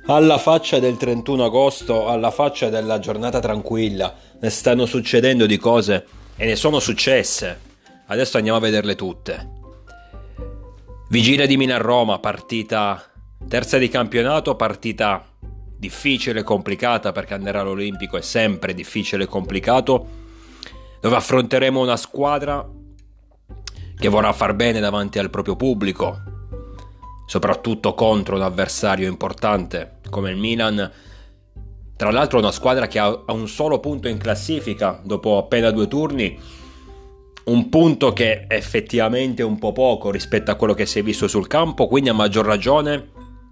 Alla faccia del 31 agosto, alla faccia della giornata tranquilla, ne stanno succedendo di cose e ne sono successe. Adesso andiamo a vederle tutte. Vigilia di Milan-Roma, partita terza di campionato, partita difficile e complicata perché andare all'Olimpico è sempre difficile e complicato, dove affronteremo una squadra che vorrà far bene davanti al proprio pubblico, soprattutto contro un avversario importante come il Milan. Tra l'altro una squadra che ha un solo punto in classifica dopo appena 2 turni, un punto che è effettivamente un po' poco rispetto a quello che si è visto sul campo, quindi a maggior ragione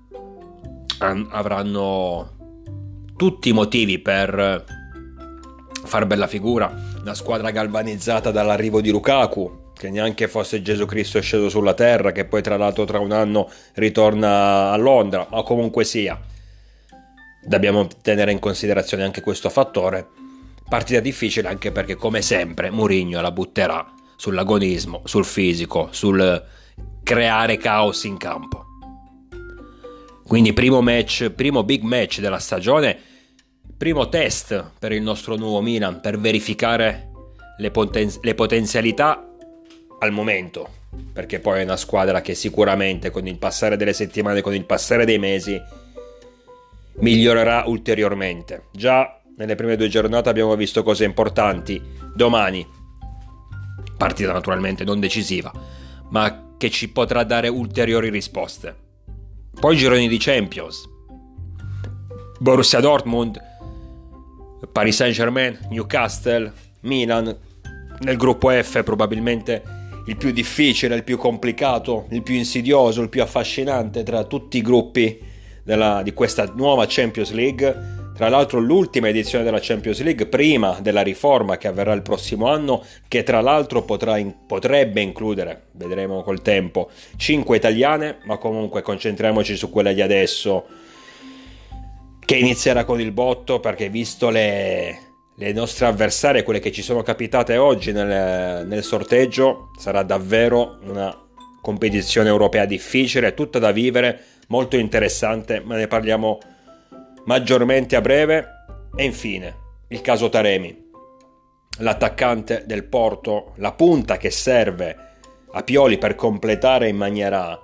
avranno tutti i motivi per far bella figura. Una squadra galvanizzata dall'arrivo di Lukaku, che neanche fosse Gesù Cristo è sceso sulla terra, che poi tra l'altro tra un anno ritorna a Londra, ma comunque sia, dobbiamo tenere in considerazione anche questo fattore. Partita difficile anche perché, come sempre, Mourinho la butterà sull'agonismo, sul fisico, sul creare caos in campo. Quindi primo big match della stagione, primo test per il nostro nuovo Milan, per verificare le potenzialità al momento, perché poi è una squadra che sicuramente con il passare delle settimane, con il passare dei mesi, migliorerà ulteriormente. Già nelle prime 2 giornate abbiamo visto cose importanti. Domani partita naturalmente non decisiva, ma che ci potrà dare ulteriori risposte. Poi gironi di Champions: Borussia Dortmund, Paris Saint-Germain, Newcastle, Milan. Nel gruppo F probabilmente il più difficile, il più complicato, il più insidioso, il più affascinante tra tutti i gruppi di questa nuova Champions League. Tra l'altro l'ultima edizione della Champions League prima della riforma che avverrà il prossimo anno, che tra l'altro potrebbe includere, vedremo col tempo, 5 italiane, ma comunque concentriamoci su quella di adesso, che inizierà con il botto, perché visto le nostre avversarie, quelle che ci sono capitate oggi nel sorteggio, sarà davvero una competizione europea difficile, tutta da vivere, molto interessante, ma ne parliamo maggiormente a breve. E infine il caso Taremi, l'attaccante del Porto, la punta che serve a Pioli per completare in maniera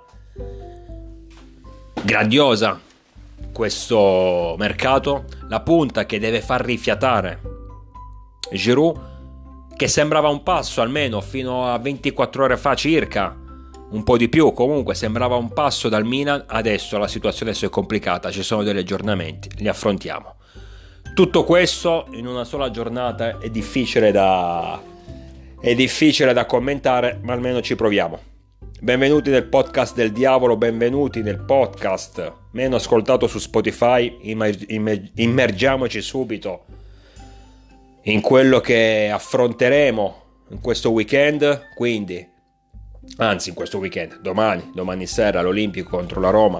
grandiosa questo mercato, la punta che deve far rifiatare Giroud, che sembrava un passo almeno fino a 24 ore fa circa, un po' di più, comunque sembrava un passo dal Milan. Adesso la situazione si è complicata, ci sono degli aggiornamenti, li affrontiamo. Tutto questo in una sola giornata è difficile da commentare, ma almeno ci proviamo. Benvenuti nel podcast del diavolo, benvenuti nel podcast meno ascoltato su Spotify. Immergiamoci subito in quello che affronteremo in questo weekend, in questo weekend, domani sera all'Olimpico contro la Roma,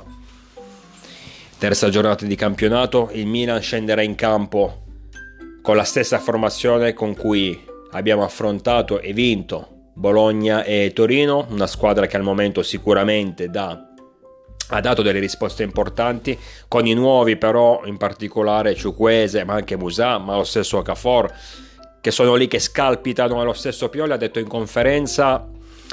terza giornata di campionato. Il Milan scenderà in campo con la stessa formazione con cui abbiamo affrontato e vinto Bologna e Torino, una squadra che al momento sicuramente ha dato delle risposte importanti, con i nuovi però, in particolare Chukwueze, ma anche Musà, ma lo stesso Okafor, che sono lì che scalpitano. Allo stesso Pioli ha detto in conferenza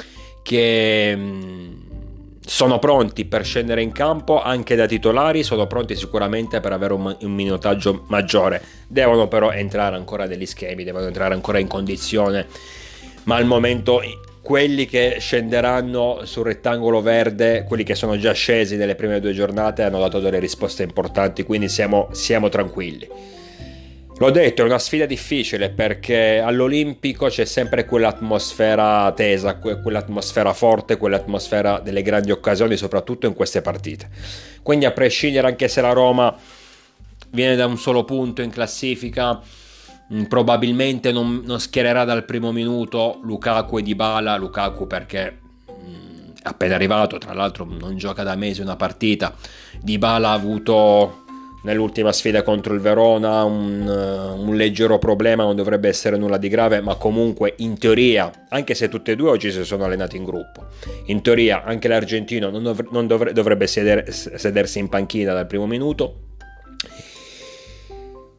che sono pronti per scendere in campo anche da titolari, sono pronti sicuramente per avere un minutaggio maggiore. Devono però entrare ancora degli schemi, devono entrare ancora in condizione, ma al momento quelli che scenderanno sul rettangolo verde, quelli che sono già scesi nelle prime 2 giornate, hanno dato delle risposte importanti, quindi siamo tranquilli. L'ho detto, è una sfida difficile perché all'Olimpico c'è sempre quell'atmosfera tesa, quell'atmosfera forte, quell'atmosfera delle grandi occasioni, soprattutto in queste partite. Quindi a prescindere, anche se la Roma viene da un solo punto in classifica, probabilmente non schiererà dal primo minuto Lukaku e Dybala. Lukaku perché è appena arrivato, tra l'altro non gioca da mesi una partita. Dybala ha avuto nell'ultima sfida contro il Verona un leggero problema, non dovrebbe essere nulla di grave, ma comunque in teoria, anche se tutte e due oggi si sono allenati in gruppo, in teoria anche l'argentino non dovrebbe sedersi in panchina dal primo minuto.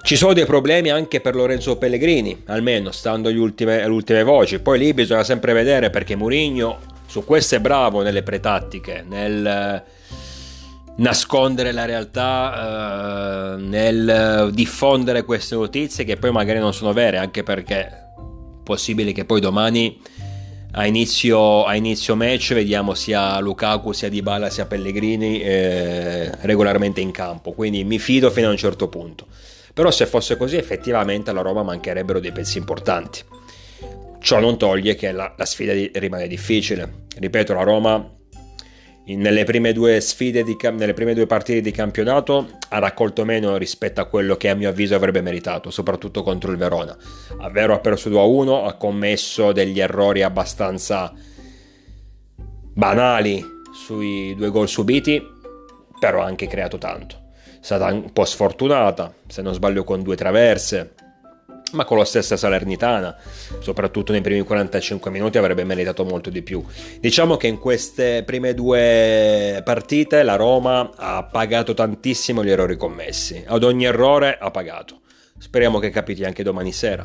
Ci sono dei problemi anche per Lorenzo Pellegrini, almeno stando alle ultime voci. Poi lì bisogna sempre vedere, perché Mourinho su questo è bravo nelle pretattiche, nel nascondere la realtà, nel diffondere queste notizie che poi magari non sono vere, anche perché è possibile che poi domani a inizio match vediamo sia Lukaku, sia Dybala, sia Pellegrini regolarmente in campo, quindi mi fido fino a un certo punto. Però se fosse così effettivamente alla Roma mancherebbero dei pezzi importanti. Ciò non toglie che la sfida rimane difficile. Ripeto, la Roma nelle prime due partite di campionato ha raccolto meno rispetto a quello che a mio avviso avrebbe meritato, soprattutto contro il Verona. Avvero ha perso 2-1, ha commesso degli errori abbastanza banali sui 2 gol subiti, però ha anche creato tanto. È stata un po' sfortunata, se non sbaglio con 2 traverse, ma con la stessa Salernitana, soprattutto nei primi 45 minuti avrebbe meritato molto di più. Diciamo che in queste prime 2 partite la Roma ha pagato tantissimo gli errori commessi, ad ogni errore ha pagato. Speriamo che capiti anche domani sera.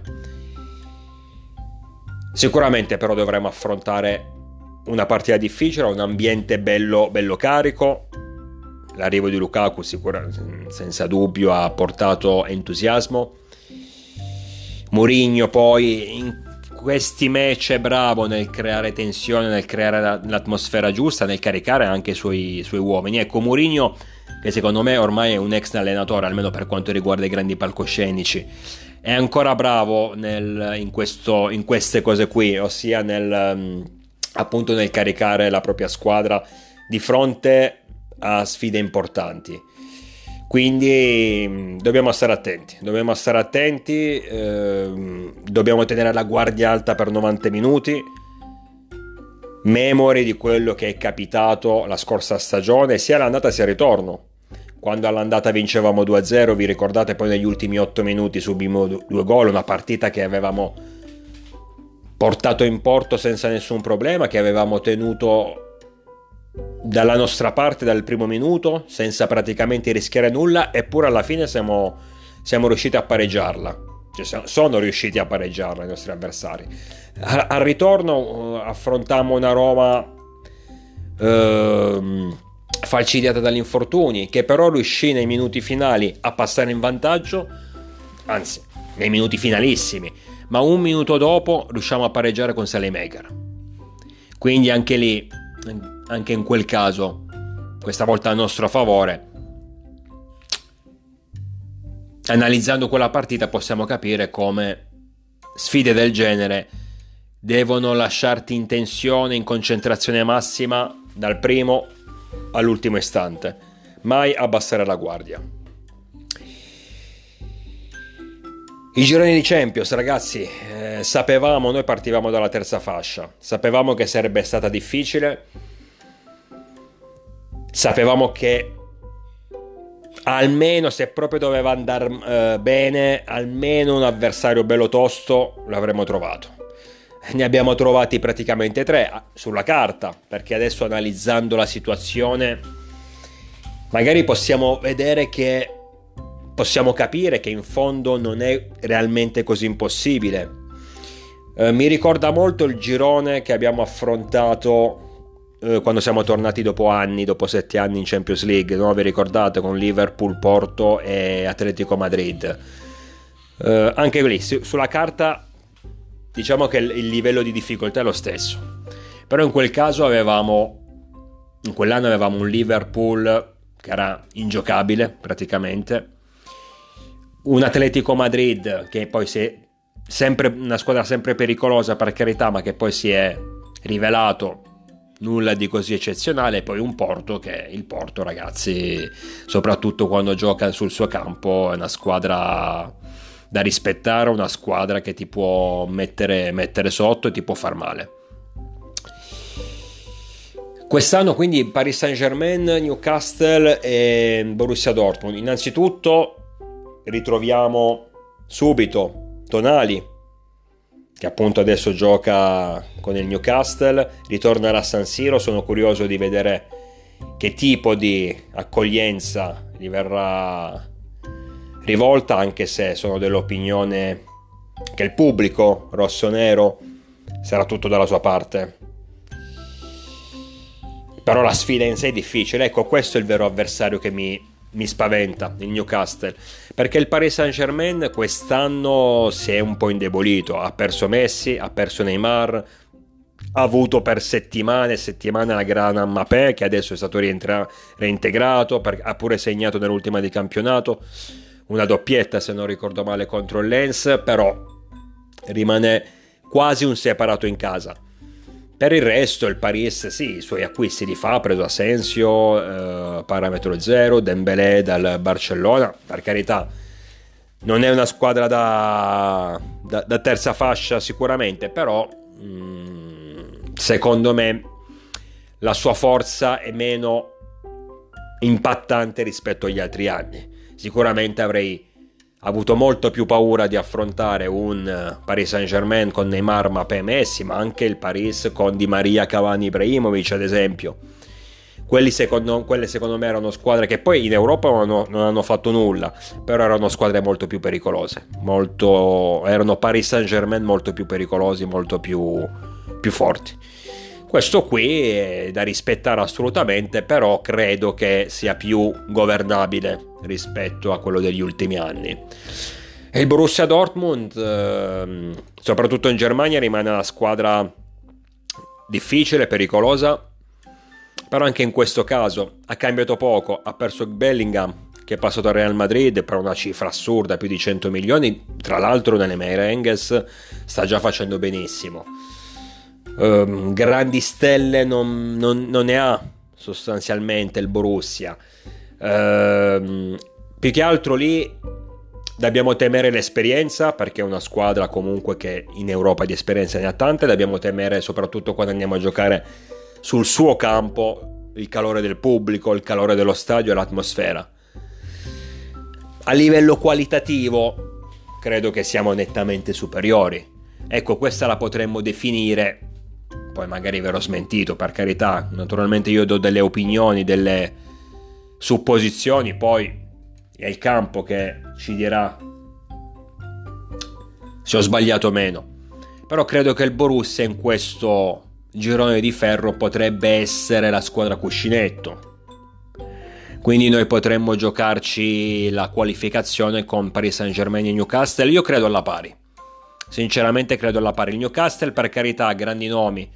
Sicuramente però dovremo affrontare una partita difficile, un ambiente bello carico. L'arrivo di Lukaku senza dubbio ha portato entusiasmo. Mourinho poi in questi match è bravo nel creare tensione, nel creare l'atmosfera giusta, nel caricare anche i suoi uomini. Ecco, Mourinho, che secondo me ormai è un ex allenatore, almeno per quanto riguarda i grandi palcoscenici, è ancora bravo in queste cose qui, ossia appunto nel caricare la propria squadra di fronte a sfide importanti. Quindi dobbiamo stare attenti, dobbiamo tenere la guardia alta per 90 minuti, memori di quello che è capitato la scorsa stagione, sia all'andata sia al ritorno. Quando all'andata vincevamo 2-0, vi ricordate, poi negli ultimi 8 minuti subimmo 2 gol, una partita che avevamo portato in porto senza nessun problema, che avevamo tenuto dalla nostra parte dal primo minuto senza praticamente rischiare nulla, eppure alla fine siamo riusciti a pareggiarla, sono riusciti a pareggiarla i nostri avversari. Al ritorno affrontammo una Roma falcidiata dagli infortuni, che però riuscì nei minuti finali a passare in vantaggio, anzi nei minuti finalissimi, ma un minuto dopo riusciamo a pareggiare con Saelemaekers. Quindi anche lì, anche in quel caso, questa volta a nostro favore, analizzando quella partita possiamo capire come sfide del genere devono lasciarti in tensione, in concentrazione massima dal primo all'ultimo istante, mai abbassare la guardia. I gironi di Champions, ragazzi, sapevamo, noi partivamo dalla terza fascia, sapevamo che sarebbe stata difficile, sapevamo che almeno, se proprio doveva andare bene, almeno un avversario bello tosto l'avremmo trovato. Ne abbiamo trovati praticamente 3 sulla carta, perché adesso analizzando la situazione magari possiamo capire che in fondo non è realmente così impossibile. Mi ricorda molto il girone che abbiamo affrontato quando siamo tornati dopo 7 anni in Champions League, no? Vi ricordate, con Liverpool, Porto e Atletico Madrid. Anche lì sulla carta diciamo che il livello di difficoltà è lo stesso, però in quell'anno avevamo un Liverpool che era ingiocabile praticamente, un Atletico Madrid che poi sempre una squadra sempre pericolosa, per carità, ma che poi si è rivelato nulla di così eccezionale, e poi un Porto che il Porto, ragazzi, soprattutto quando gioca sul suo campo, è una squadra da rispettare, una squadra che ti può mettere sotto e ti può far male. Quest'anno quindi Paris Saint-Germain, Newcastle e Borussia Dortmund. Innanzitutto ritroviamo subito Tonali, che appunto adesso gioca con il Newcastle, ritornerà a San Siro. Sono curioso di vedere che tipo di accoglienza gli verrà rivolta, anche se sono dell'opinione che il pubblico rossonero sarà tutto dalla sua parte. Però la sfida in sé è difficile. Ecco, questo è il vero avversario che mi spaventa, il Newcastle, perché il Paris Saint-Germain quest'anno si è un po' indebolito, ha perso Messi, ha perso Neymar, ha avuto per settimane e settimane la grana Mbappé, che adesso è stato reintegrato, ha pure segnato nell'ultima di campionato una doppietta, se non ricordo male, contro il Lens, però rimane quasi un separato in casa. Per il resto il Paris sì, i suoi acquisti li fa, ha preso Asensio, parametro zero, Dembélé dal Barcellona, per carità non è una squadra da terza fascia sicuramente, però secondo me la sua forza è meno impattante rispetto agli altri anni. Sicuramente avrei avuto molto più paura di affrontare un Paris Saint-Germain con Neymar, Mbappé, Messi, ma anche il Paris con Di Maria, Cavani, Ibrahimovic ad esempio. Quelle secondo me erano squadre che poi in Europa non hanno fatto nulla, però erano squadre molto più pericolose, erano Paris Saint-Germain molto più pericolosi, molto più forti. Questo qui è da rispettare assolutamente, però credo che sia più governabile rispetto a quello degli ultimi anni. E il Borussia Dortmund, soprattutto in Germania, rimane una squadra difficile, pericolosa, però anche in questo caso ha cambiato poco, ha perso Bellingham, che è passato al Real Madrid per una cifra assurda, più di 100 milioni, tra l'altro nelle merengues sta già facendo benissimo. Grandi stelle non ne ha sostanzialmente il Borussia, più che altro lì dobbiamo temere l'esperienza, perché è una squadra comunque che in Europa di esperienza ne ha tante. Dobbiamo temere soprattutto quando andiamo a giocare sul suo campo il calore del pubblico, il calore dello stadio e l'atmosfera. A livello qualitativo credo che siamo nettamente superiori. Ecco, questa la potremmo definire, poi magari verrò smentito, per carità, naturalmente io do delle opinioni, delle supposizioni, poi è il campo che ci dirà se ho sbagliato o meno. Però credo che il Borussia in questo girone di ferro potrebbe essere la squadra cuscinetto, quindi noi potremmo giocarci la qualificazione con Paris Saint-Germain e Newcastle. Io credo alla pari, sinceramente credo alla pari. Il Newcastle, per carità, grandi nomi,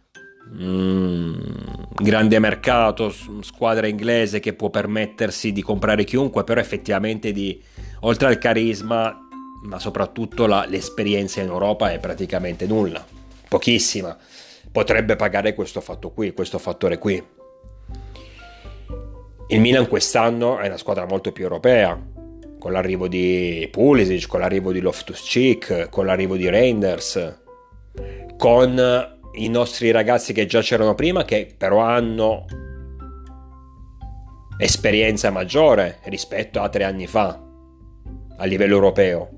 grande mercato, squadra inglese che può permettersi di comprare chiunque, però effettivamente oltre al carisma, ma soprattutto l'esperienza in Europa è praticamente nulla, pochissima. Potrebbe pagare questo fattore qui. Il Milan quest'anno è una squadra molto più europea, con l'arrivo di Pulisic, con l'arrivo di Loftus-Cheek, con l'arrivo di Reinders, con i nostri ragazzi che già c'erano prima, che però hanno esperienza maggiore rispetto a 3 anni fa a livello europeo.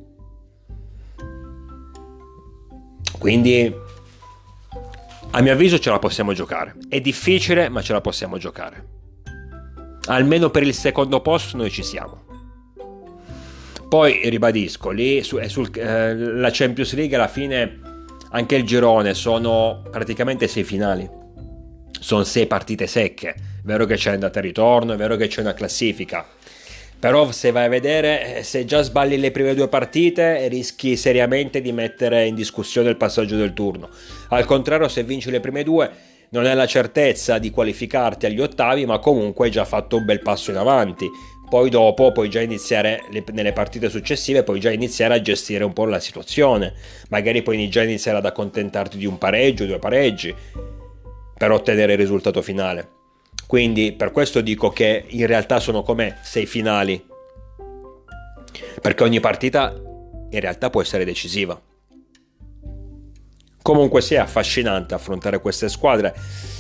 Quindi a mio avviso ce la possiamo giocare. È difficile, ma ce la possiamo giocare. Almeno per il secondo posto noi ci siamo. Poi ribadisco, lì la Champions League alla fine, anche il girone, sono praticamente 6 finali. Sono 6 partite secche. È vero che c'è andata e ritorno, è vero che c'è una classifica. Però se vai a vedere, se già sbagli le prime 2 partite, rischi seriamente di mettere in discussione il passaggio del turno. Al contrario, se vinci le prime 2, non hai la certezza di qualificarti agli ottavi, ma comunque hai già fatto un bel passo in avanti. Poi dopo puoi già iniziare, nelle partite successive, puoi già iniziare a gestire un po' la situazione. Magari puoi già iniziare ad accontentarti di un pareggio, 2 pareggi, per ottenere il risultato finale. Quindi per questo dico che in realtà sono come 6 finali, perché ogni partita in realtà può essere decisiva. Comunque sia affascinante affrontare queste squadre.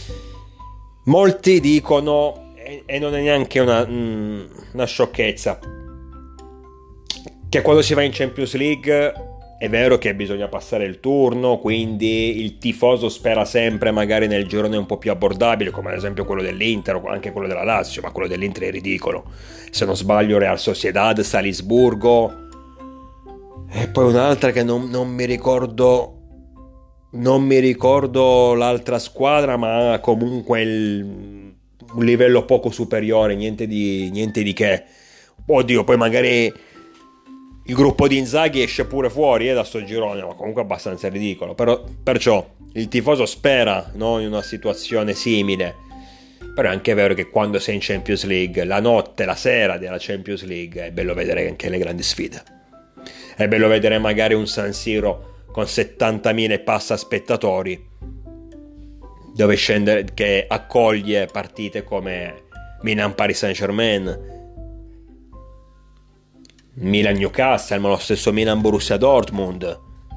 Molti dicono, e non è neanche una sciocchezza, che quando si va in Champions League È vero che bisogna passare il turno, quindi il tifoso spera sempre magari nel girone un po' più abbordabile, come ad esempio quello dell'Inter o anche quello della Lazio, ma quello dell'Inter è ridicolo. Se non sbaglio Real Sociedad, Salisburgo e poi un'altra che non mi ricordo, non mi ricordo l'altra squadra, ma comunque un livello poco superiore, niente di che. Oddio, poi magari il gruppo di Inzaghi esce pure fuori da sto girone, ma comunque abbastanza ridicolo. Perciò il tifoso spera, no, in una situazione simile. Però è anche vero che quando sei in Champions League, la notte, la sera della Champions League, è bello vedere anche le grandi sfide. È bello vedere magari un San Siro con 70.000 e passa spettatori, dove scende, che accoglie partite come Milan Paris Saint-Germain, Milan Newcastle, ma lo stesso Milan Borussia Dortmund.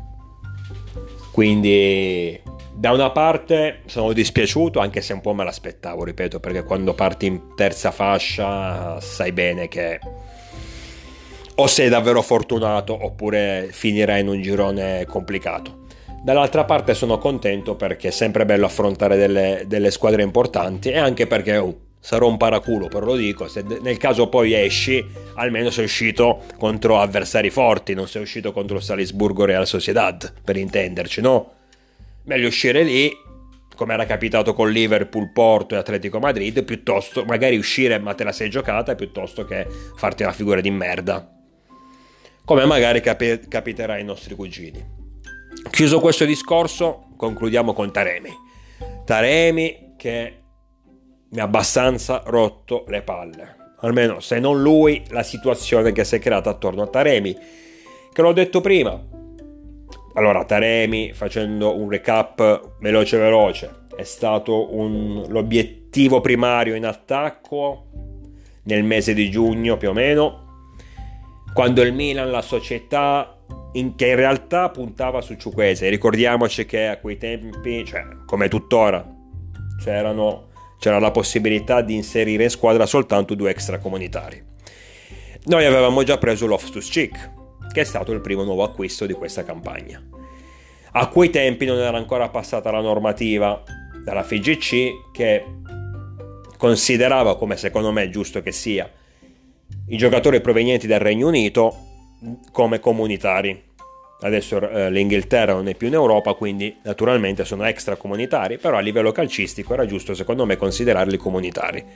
Quindi da una parte sono dispiaciuto, anche se un po' me l'aspettavo, ripeto, perché quando parti in terza fascia sai bene che o sei davvero fortunato oppure finirai in un girone complicato. Dall'altra parte sono contento perché è sempre bello affrontare delle squadre importanti, e anche perché sarò un paraculo, però lo dico, se nel caso poi esci, almeno sei uscito contro avversari forti, non sei uscito contro Salisburgo Real Sociedad, per intenderci, no? Meglio uscire lì, come era capitato con Liverpool, Porto e Atletico Madrid, piuttosto magari uscire ma te la sei giocata, piuttosto che farti una figura di merda, come magari capiterà ai nostri cugini. Chiuso questo discorso, concludiamo con Taremi che mi ha abbastanza rotto le palle, almeno se non lui, la situazione che si è creata attorno a Taremi, che l'ho detto prima. Allora, Taremi, facendo un recap veloce, è stato l'obiettivo primario in attacco nel mese di giugno più o meno, quando il Milan, la società che in realtà puntava su Chukwueze. Ricordiamoci che a quei tempi, cioè come tuttora, c'era la possibilità di inserire in squadra soltanto 2 extracomunitari. Noi avevamo già preso Loftus-Cheek, che è stato il primo nuovo acquisto di questa campagna. A quei tempi non era ancora passata la normativa dalla FIGC, che considerava, come secondo me è giusto che sia, i giocatori provenienti dal Regno Unito come comunitari. Adesso l'Inghilterra non è più in Europa, quindi naturalmente sono extracomunitari, però a livello calcistico era giusto secondo me considerarli comunitari.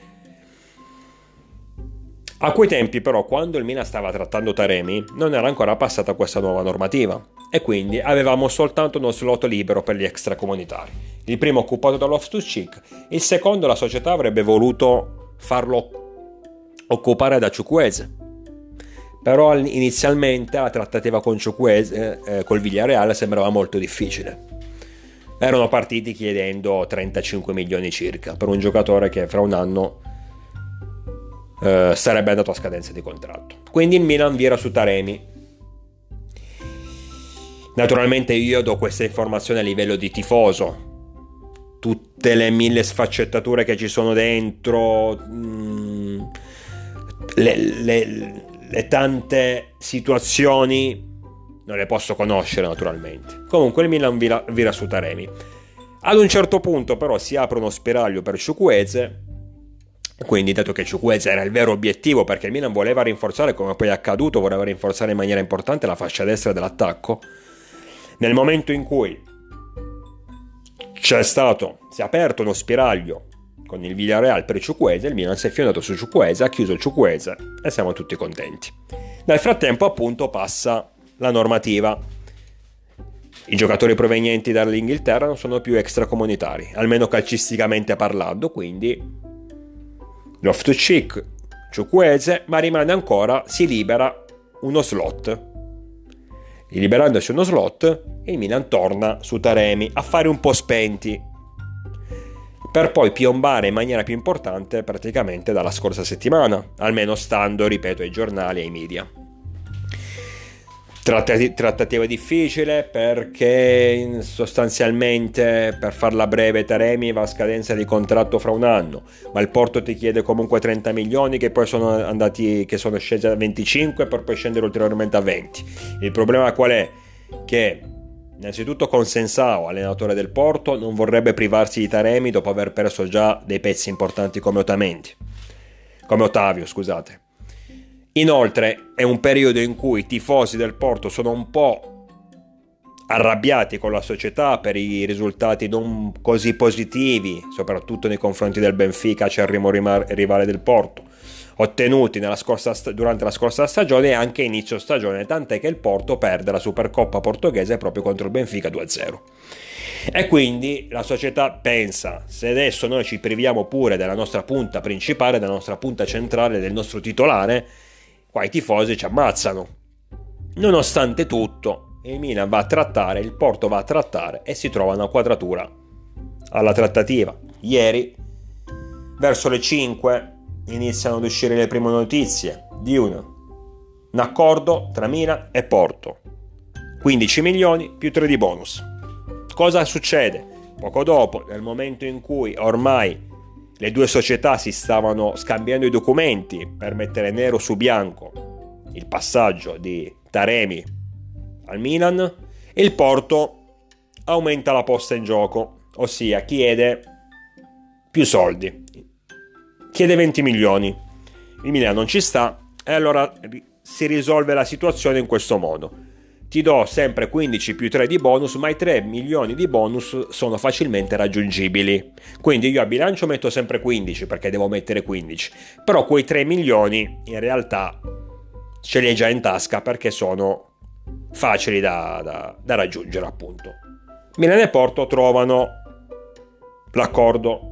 A quei tempi però, quando il Milan stava trattando Taremi, non era ancora passata questa nuova normativa e quindi avevamo soltanto uno slot libero per gli extracomunitari. Il primo occupato da Loftus-Cheek, il secondo la società avrebbe voluto farlo occupare da Chukwueze. Però inizialmente la trattativa con Chukwueze, col Villarreal, sembrava molto difficile. Erano partiti chiedendo 35 milioni circa per un giocatore che fra un anno sarebbe andato a scadenza di contratto. Quindi il Milan vira su Taremi. Naturalmente io do questa informazione a livello di tifoso. Tutte le 1000 sfaccettature che ci sono dentro, le tante situazioni non le posso conoscere naturalmente. Comunque il Milan vira su Taremi. Ad un certo punto però si apre uno spiraglio per Chukwueze, quindi dato che Chukwueze era il vero obiettivo, perché il Milan voleva rinforzare, come poi è accaduto, voleva rinforzare in maniera importante la fascia destra dell'attacco. Nel momento in cui si è aperto uno spiraglio con il Villarreal per Chukwueze, il Milan si è fiondato su Chukwueze, ha chiuso Chukwueze e siamo tutti contenti. Nel frattempo appunto passa la normativa. I giocatori provenienti dall'Inghilterra non sono più extracomunitari, almeno calcisticamente parlando, quindi Loftus-Cheek, Chukwueze, ma rimane ancora, si libera uno slot. Liberandosi uno slot, il Milan torna su Taremi, affari un po' spenti, per poi piombare in maniera più importante praticamente dalla scorsa settimana, almeno stando, ripeto, ai giornali e ai media. Trattativa difficile perché sostanzialmente, per farla breve, Taremi va a scadenza di contratto fra un anno, ma il Porto ti chiede comunque 30 milioni che poi sono scesi a 25 per poi scendere ulteriormente a 20. Il problema qual è? che innanzitutto Consensao, allenatore del Porto, non vorrebbe privarsi di Taremi dopo aver perso già dei pezzi importanti come Ottavio, scusate. Inoltre è un periodo in cui i tifosi del Porto sono un po' arrabbiati con la società per i risultati non così positivi, soprattutto nei confronti del Benfica, acerrimo rivale del Porto, ottenuti durante la scorsa stagione e anche inizio stagione, tant'è che il Porto perde la Supercoppa portoghese proprio contro il Benfica 2-0. E quindi la società pensa: se adesso noi ci priviamo pure della nostra punta principale, della nostra punta centrale, del nostro titolare, qua i tifosi ci ammazzano. Nonostante tutto, il Milan va a trattare, il Porto va a trattare e si trova una quadratura alla trattativa. Ieri, verso le 5, iniziano ad uscire le prime notizie di un accordo tra Milan e Porto. 15 milioni più 3 di bonus. Cosa succede? Poco dopo, nel momento in cui ormai le due società si stavano scambiando i documenti per mettere nero su bianco il passaggio di Taremi al Milan, il Porto aumenta la posta in gioco, ossia chiede più soldi, chiede 20 milioni. Il Milan non ci sta e allora si risolve la situazione in questo modo: ti do sempre 15 più 3 di bonus, ma i 3 milioni di bonus sono facilmente raggiungibili, quindi io a bilancio metto sempre 15 perché devo mettere 15, però quei 3 milioni in realtà ce li hai già in tasca perché sono facili da raggiungere, appunto. Milan e Porto trovano l'accordo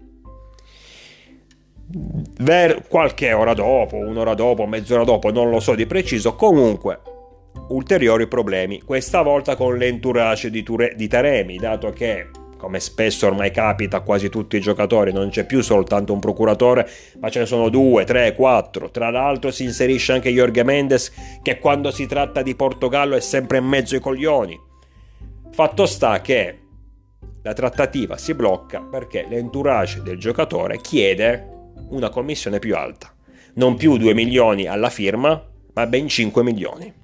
qualche ora dopo, un'ora dopo, mezz'ora dopo, non lo so di preciso. Comunque ulteriori problemi, questa volta con l'entourage di Taremi, dato che, come spesso ormai capita a quasi tutti i giocatori, non c'è più soltanto un procuratore, ma ce ne sono 2, 3, 4. Tra l'altro si inserisce anche Jorge Mendes, che quando si tratta di Portogallo è sempre in mezzo ai coglioni. Fatto sta che la trattativa si blocca perché l'entourage del giocatore chiede una commissione più alta, non più 2 milioni alla firma, ma ben 5 milioni.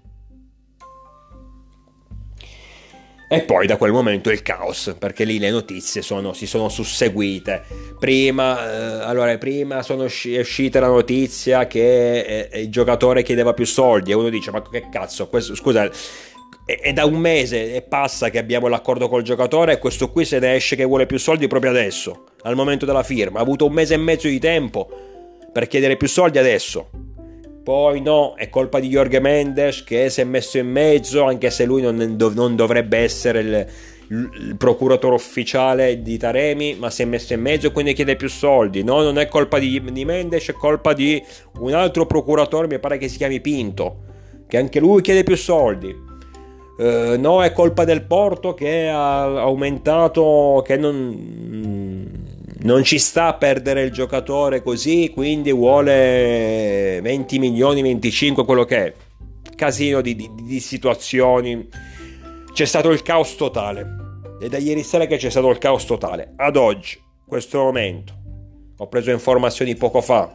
E poi da quel momento il caos, perché lì le notizie si sono susseguite. Prima è uscita la notizia che il giocatore chiedeva più soldi e uno dice: ma che cazzo, scusa, è da un mese e passa che abbiamo l'accordo col giocatore e questo qui se ne esce che vuole più soldi proprio adesso, al momento della firma. Ha avuto un mese e mezzo di tempo per chiedere più soldi adesso. Poi no, è colpa di Jorge Mendes che si è messo in mezzo, anche se lui non dovrebbe essere il procuratore ufficiale di Taremi, ma si è messo in mezzo e quindi chiede più soldi. No, non è colpa di Mendes, è colpa di un altro procuratore, mi pare che si chiami Pinto, che anche lui chiede più soldi. No, è colpa del Porto che ha aumentato, che non ci sta a perdere il giocatore così, quindi vuole 20 milioni, 25, quello che è. Casino di situazioni. C'è stato il caos totale. È da ieri sera che c'è stato il caos totale. Ad oggi, questo momento, ho preso informazioni poco fa.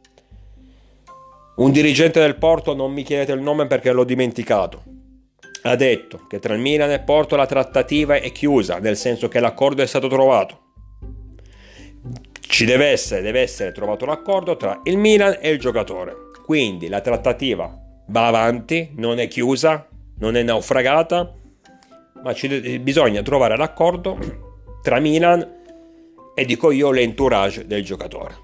Un dirigente del Porto, non mi chiedete il nome perché l'ho dimenticato, ha detto che tra il Milan e il Porto la trattativa è chiusa, nel senso che l'accordo è stato trovato. Deve essere trovato l'accordo tra il Milan e il giocatore. Quindi la trattativa va avanti, non è chiusa, non è naufragata, ma bisogna trovare l'accordo tra Milan e, dico io, l'entourage del giocatore.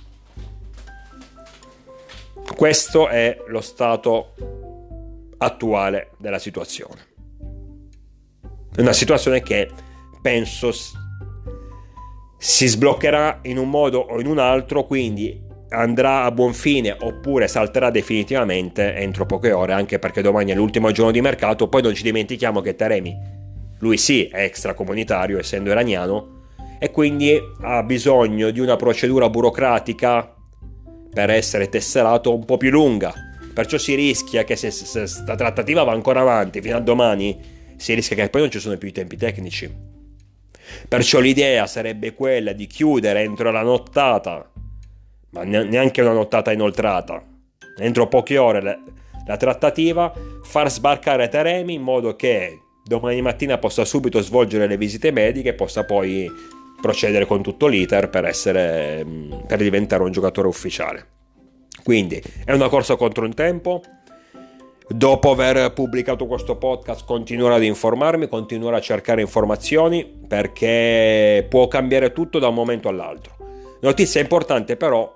Questo è lo stato attuale della situazione. Una situazione che penso si sbloccherà in un modo o in un altro, quindi andrà a buon fine oppure salterà definitivamente entro poche ore, anche perché domani è l'ultimo giorno di mercato. Poi non ci dimentichiamo che Taremi, lui sì, è extracomunitario essendo iraniano e quindi ha bisogno di una procedura burocratica per essere tesserato un po' più lunga, perciò si rischia che se sta trattativa va ancora avanti fino a domani, si rischia che poi non ci sono più i tempi tecnici. Perciò l'idea sarebbe quella di chiudere entro la nottata, ma neanche una nottata inoltrata, entro poche ore la trattativa, far sbarcare Taremi in modo che domani mattina possa subito svolgere le visite mediche e possa poi procedere con tutto l'iter per diventare un giocatore ufficiale. Quindi è una corsa contro un tempo. Dopo aver pubblicato questo podcast continuerò ad informarmi, continuerò a cercare informazioni, perché può cambiare tutto da un momento all'altro. Notizia importante però: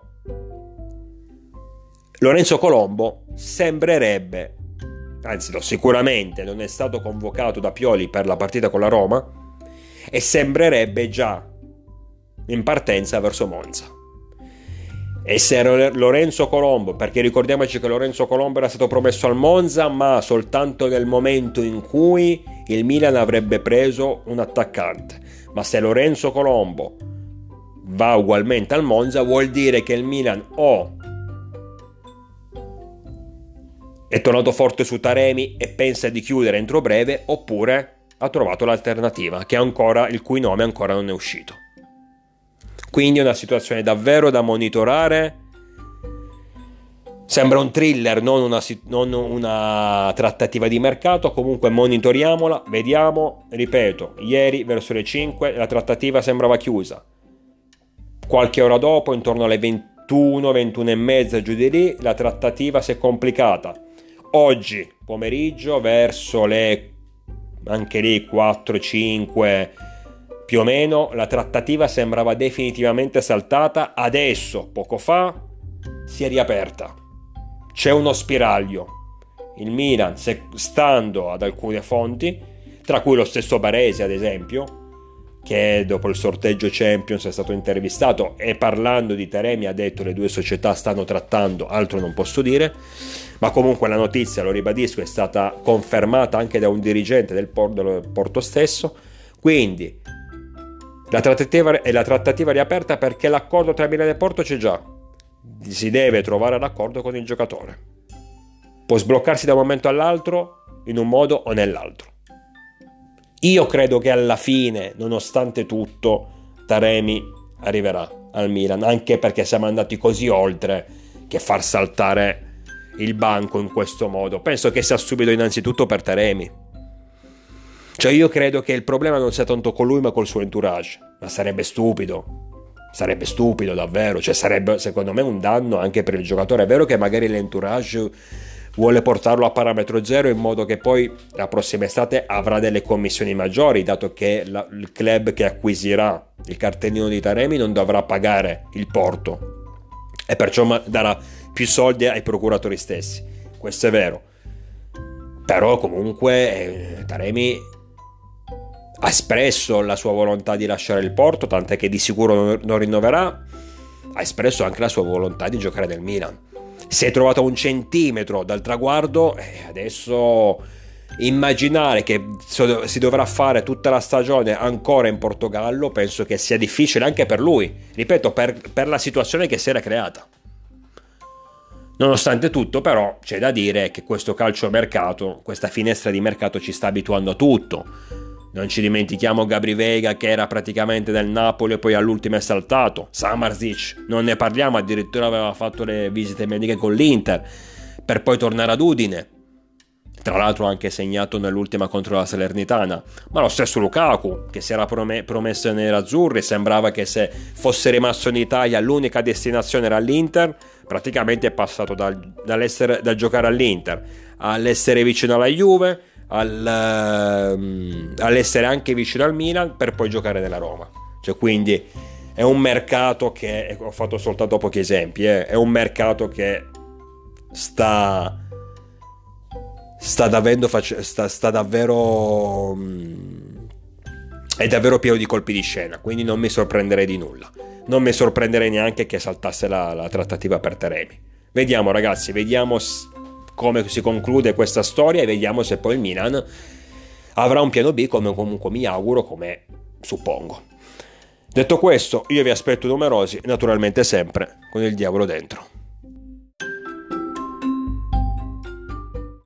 Lorenzo Colombo sembrerebbe, anzi sicuramente non è stato convocato da Pioli per la partita con la Roma e sembrerebbe già in partenza verso Monza. E se Lorenzo Colombo, perché ricordiamoci che Lorenzo Colombo era stato promesso al Monza, ma soltanto nel momento in cui il Milan avrebbe preso un attaccante. Ma se Lorenzo Colombo va ugualmente al Monza, vuol dire che il Milan o è tornato forte su Taremi e pensa di chiudere entro breve, oppure ha trovato l'alternativa, il cui nome ancora non è uscito. Quindi è una situazione davvero da monitorare. Sembra un thriller, non una trattativa di mercato. Comunque monitoriamola, vediamo. Ripeto, ieri verso le 5 la trattativa sembrava chiusa. Qualche ora dopo, intorno alle 21, 21 e mezza, giù di lì, la trattativa si è complicata. Oggi pomeriggio, verso le anche lì 4, 5 più o meno, la trattativa sembrava definitivamente saltata. Adesso, poco fa, si è riaperta. C'è uno spiraglio. Il Milan, stando ad alcune fonti, tra cui lo stesso Baresi ad esempio, che dopo il sorteggio Champions è stato intervistato e parlando di Taremi ha detto: le due società stanno trattando, altro non posso dire. Ma comunque la notizia, lo ribadisco, è stata confermata anche da un dirigente del Porto stesso. Quindi la trattativa riaperta, perché l'accordo tra Milan e Porto c'è già. Si deve trovare l'accordo con il giocatore. Può sbloccarsi da un momento all'altro in un modo o nell'altro. Io credo che alla fine, nonostante tutto, Taremi arriverà al Milan, anche perché siamo andati così oltre che far saltare il banco in questo modo. Penso che sia stupido innanzitutto per Taremi. Cioè io credo che il problema non sia tanto con lui ma col suo entourage. Ma sarebbe stupido davvero. Cioè sarebbe secondo me un danno anche per il giocatore. È vero che magari l'entourage vuole portarlo a parametro zero in modo che poi la prossima estate avrà delle commissioni maggiori, dato che il club che acquisirà il cartellino di Taremi non dovrà pagare il porto e perciò darà più soldi ai procuratori stessi. Questo è vero. Però comunque Taremi ha espresso la sua volontà di lasciare il Porto, tant'è che di sicuro non rinnoverà. Ha espresso anche la sua volontà di giocare nel Milan. Si è trovato a un centimetro dal traguardo e adesso immaginare che si dovrà fare tutta la stagione ancora in Portogallo penso che sia difficile anche per lui, ripeto, per la situazione che si era creata. Nonostante tutto però c'è da dire che questo calciomercato, questa finestra di mercato ci sta abituando a tutto. Non ci dimentichiamo Gabri Veiga, che era praticamente del Napoli e poi all'ultimo è saltato. Samardžić, non ne parliamo, addirittura aveva fatto le visite mediche con l'Inter per poi tornare ad Udine. Tra l'altro anche segnato nell'ultima contro la Salernitana. Ma lo stesso Lukaku, che si era promesso ai nerazzurri, sembrava che se fosse rimasto in Italia l'unica destinazione era l'Inter. Praticamente è passato dal giocare all'Inter all'essere vicino alla Juve, all'essere anche vicino al Milan, per poi giocare nella Roma. Cioè, quindi è un mercato che, ho fatto soltanto pochi esempi, è un mercato che sta davvero è davvero pieno di colpi di scena, quindi non mi sorprenderei di nulla. Non mi sorprenderei neanche che saltasse la trattativa per Taremi. Vediamo ragazzi, vediamo come si conclude questa storia e vediamo se poi il Milan avrà un piano B, come comunque mi auguro, come suppongo. Detto questo, io vi aspetto numerosi, naturalmente sempre con il diavolo dentro.